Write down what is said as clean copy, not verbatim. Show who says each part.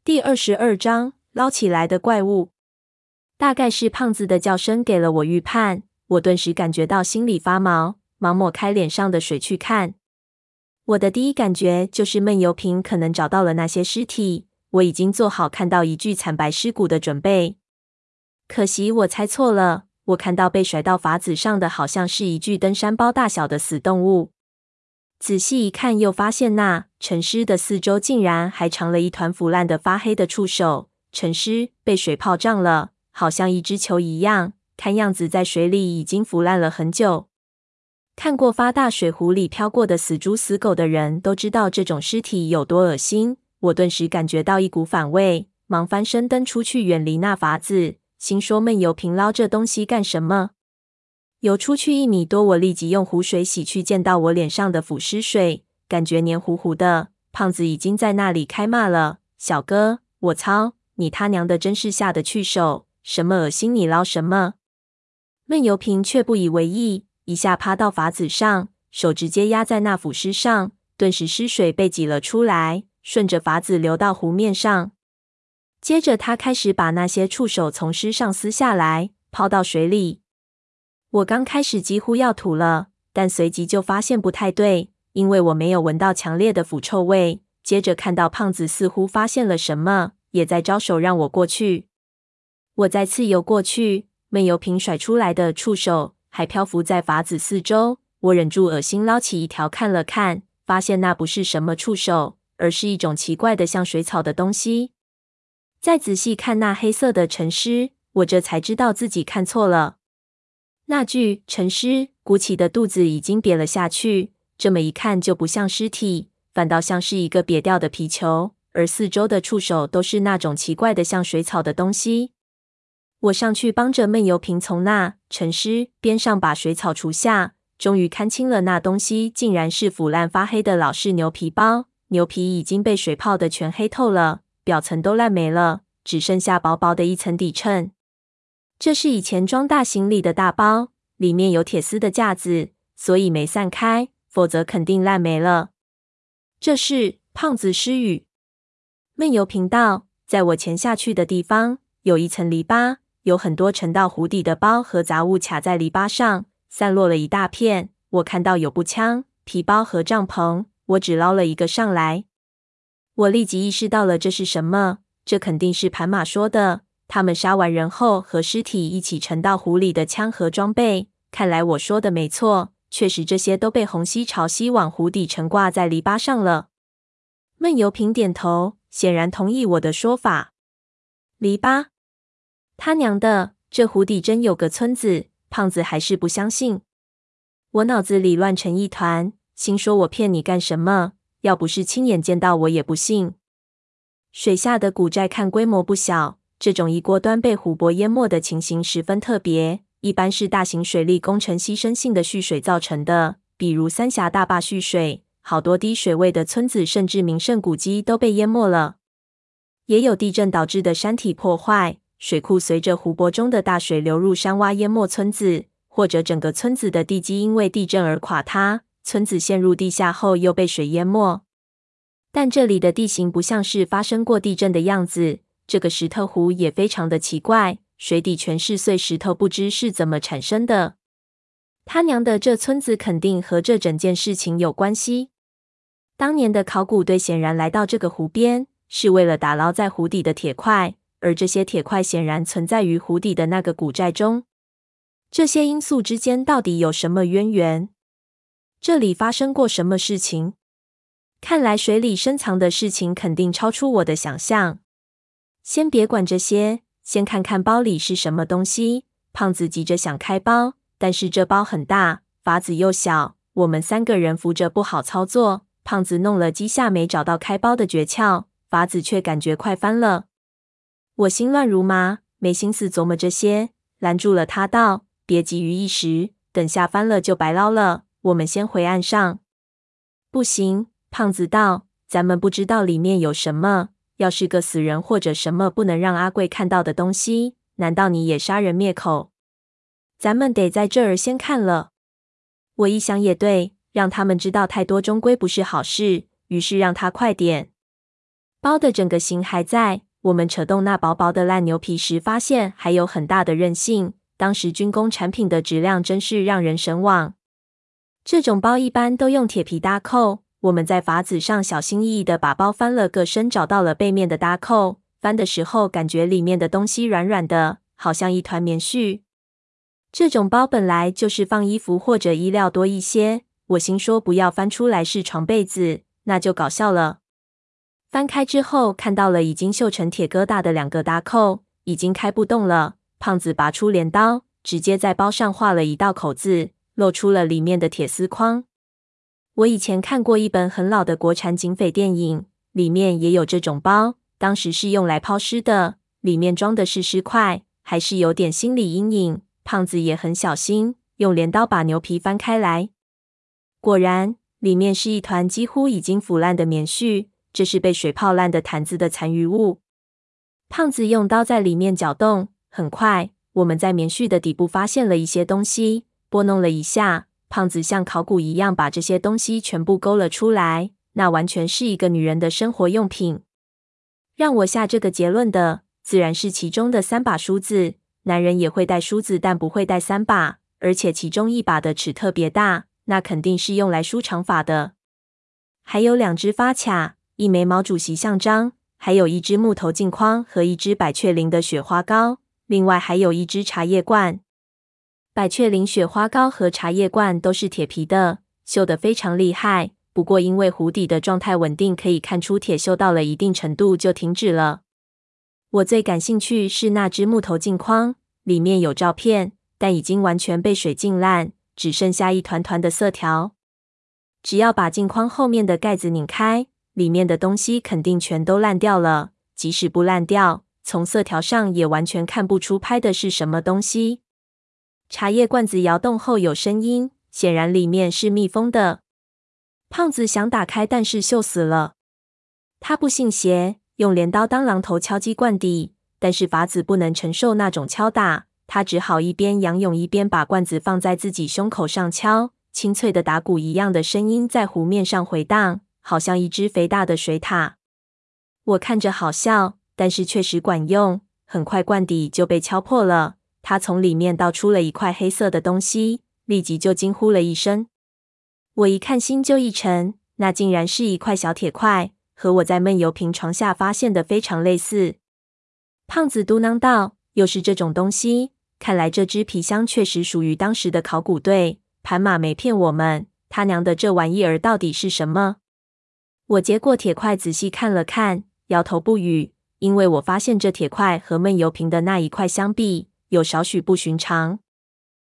Speaker 1: 第22章捞起来的怪物。大概是胖子的叫声给了我预判，我顿时感觉到心里发毛，忙抹开脸上的水去看。我的第一感觉就是闷油瓶可能找到了那些尸体，我已经做好看到一具惨白尸骨的准备。可惜我猜错了，我看到被甩到筏子上的好像是一具登山包大小的死动物。仔细一看，又发现那沉尸的四周竟然还藏了一团腐烂的发黑的触手，沉尸被水泡胀了，好像一只球一样，看样子在水里已经腐烂了很久。看过发大水壶里飘过的死猪死狗的人都知道这种尸体有多恶心，我顿时感觉到一股反胃，忙翻身蹬出去远离那筏子，心说闷油瓶捞这东西干什么？游出去1米多，我立即用湖水洗去溅到我脸上的腐尸水，感觉黏糊糊的。胖子已经在那里开骂了：“小哥，我操，你他娘的真是下得去手！什么恶心你捞什么？”闷油瓶却不以为意，一下趴到筏子上，手直接压在那腐尸上，顿时尸水被挤了出来，顺着筏子流到湖面上。接着他开始把那些触手从尸上撕下来，抛到水里。我刚开始几乎要吐了，但随即就发现不太对，因为我没有闻到强烈的腐臭味。接着看到胖子似乎发现了什么，也在招手让我过去。我再次游过去，闷油瓶甩出来的触手还漂浮在筏子四周，我忍住恶心捞起一条看了看，发现那不是什么触手，而是一种奇怪的像水草的东西。再仔细看那黑色的沉尸，我这才知道自己看错了。那具沉尸鼓起的肚子已经瘪了下去，这么一看就不像尸体，反倒像是一个瘪掉的皮球，而四周的触手都是那种奇怪的像水草的东西。我上去帮着闷油瓶从那沉尸边上把水草除下，终于看清了那东西竟然是腐烂发黑的老式牛皮包，牛皮已经被水泡的全黑透了，表层都烂没了，只剩下薄薄的一层底衬。这是以前装大行李的大包，里面有铁丝的架子，所以没散开，否则肯定烂没了。这是胖子失语。闷油瓶道，在我潜下去的地方有一层篱笆，有很多沉到湖底的包和杂物卡在篱笆上，散落了一大片。我看到有步枪、皮包和帐篷，我只捞了一个上来。我立即意识到了这是什么，这肯定是盘马说的。他们杀完人后和尸体一起沉到湖里的枪和装备，看来我说的没错，确实这些都被虹吸潮汐往湖底沉挂在篱笆上了。闷油瓶点头，显然同意我的说法。篱笆？他娘的，这湖底真有个村子，胖子还是不相信。我脑子里乱成一团，心说我骗你干什么？要不是亲眼见到我也不信。水下的古寨看规模不小，这种一锅端被湖泊淹没的情形十分特别，一般是大型水利工程牺牲性的蓄水造成的，比如三峡大坝蓄水，好多低水位的村子甚至名胜古迹都被淹没了。也有地震导致的山体破坏，水库随着湖泊中的大水流入山洼淹没村子，或者整个村子的地基因为地震而垮塌，村子陷入地下后又被水淹没。但这里的地形不像是发生过地震的样子，这个石头湖也非常的奇怪，水底全是碎石头，不知是怎么产生的。他娘的，这村子肯定和这整件事情有关系。当年的考古队显然来到这个湖边，是为了打捞在湖底的铁块，而这些铁块显然存在于湖底的那个古寨中。这些因素之间到底有什么渊源？这里发生过什么事情？看来水里深藏的事情肯定超出我的想象。先别管这些，先看看包里是什么东西。胖子急着想开包，但是这包很大，筏子又小，我们3个人扶着不好操作。胖子弄了几下没找到开包的诀窍，筏子却感觉快翻了。我心乱如麻，没心思琢磨这些，拦住了他道：“别急于一时，等下翻了就白捞了，我们先回岸上。”不行，胖子道，咱们不知道里面有什么，要是个死人或者什么不能让阿贵看到的东西，难道你也杀人灭口？咱们得在这儿先看了。我一想也对，让他们知道太多终归不是好事，于是让他快点。 包的整个形还在，我们扯动那薄薄的烂牛皮时，发现还有很大的韧性。当时军工产品的质量真是让人神往。这种包一般都用铁皮搭扣，我们在筏子上小心翼翼地把包翻了个身，找到了背面的搭扣。翻的时候感觉里面的东西软软的，好像一团棉絮。这种包本来就是放衣服或者衣料多一些，我心说不要翻出来是床被子，那就搞笑了。翻开之后看到了已经锈成铁疙瘩的2个搭扣，已经开不动了。胖子拔出镰刀，直接在包上画了一道口子，露出了里面的铁丝框。我以前看过一本很老的国产警匪电影，里面也有这种包，当时是用来抛尸的，里面装的是尸块，还是有点心理阴影。胖子也很小心，用镰刀把牛皮翻开来，果然里面是一团几乎已经腐烂的棉絮，这是被水泡烂的毯子的残余物。胖子用刀在里面搅动，很快我们在棉絮的底部发现了一些东西，拨弄了一下，胖子像考古一样把这些东西全部勾了出来，那完全是一个女人的生活用品。让我下这个结论的自然是其中的3把梳子，男人也会带梳子，但不会带3把，而且其中1把的齿特别大，那肯定是用来梳长发的。还有2只发卡，一枚毛主席像章，还有1只木头镜框和1只百雀羚的雪花膏，另外还有1只茶叶罐。百雀羚雪花膏和茶叶罐都是铁皮的，锈得非常厉害，不过因为壶底的状态稳定，可以看出铁锈到了一定程度就停止了。我最感兴趣是那只木头镜框，里面有照片，但已经完全被水浸烂，只剩下一团团的色条。只要把镜框后面的盖子拧开，里面的东西肯定全都烂掉了，即使不烂掉，从色条上也完全看不出拍的是什么东西。茶叶罐子摇动后有声音，显然里面是密封的。胖子想打开，但是锈死了。他不信邪，用镰刀当榔头敲击罐底，但是筏子不能承受那种敲打，他只好一边仰泳一边把罐子放在自己胸口上敲，清脆的打鼓一样的声音在湖面上回荡，好像一只肥大的水獭。我看着好笑，但是确实管用，很快罐底就被敲破了，他从里面倒出了一块黑色的东西，立即就惊呼了一声。我一看心就一沉，那竟然是一块小铁块，和我在闷油瓶床下发现的非常类似。胖子嘟囔道：“又是这种东西，看来这只皮箱确实属于当时的考古队，盘马没骗我们，他娘的这玩意儿到底是什么？”我接过铁块仔细看了看，摇头不语，因为我发现这铁块和闷油瓶的那一块相比，有少许不寻常。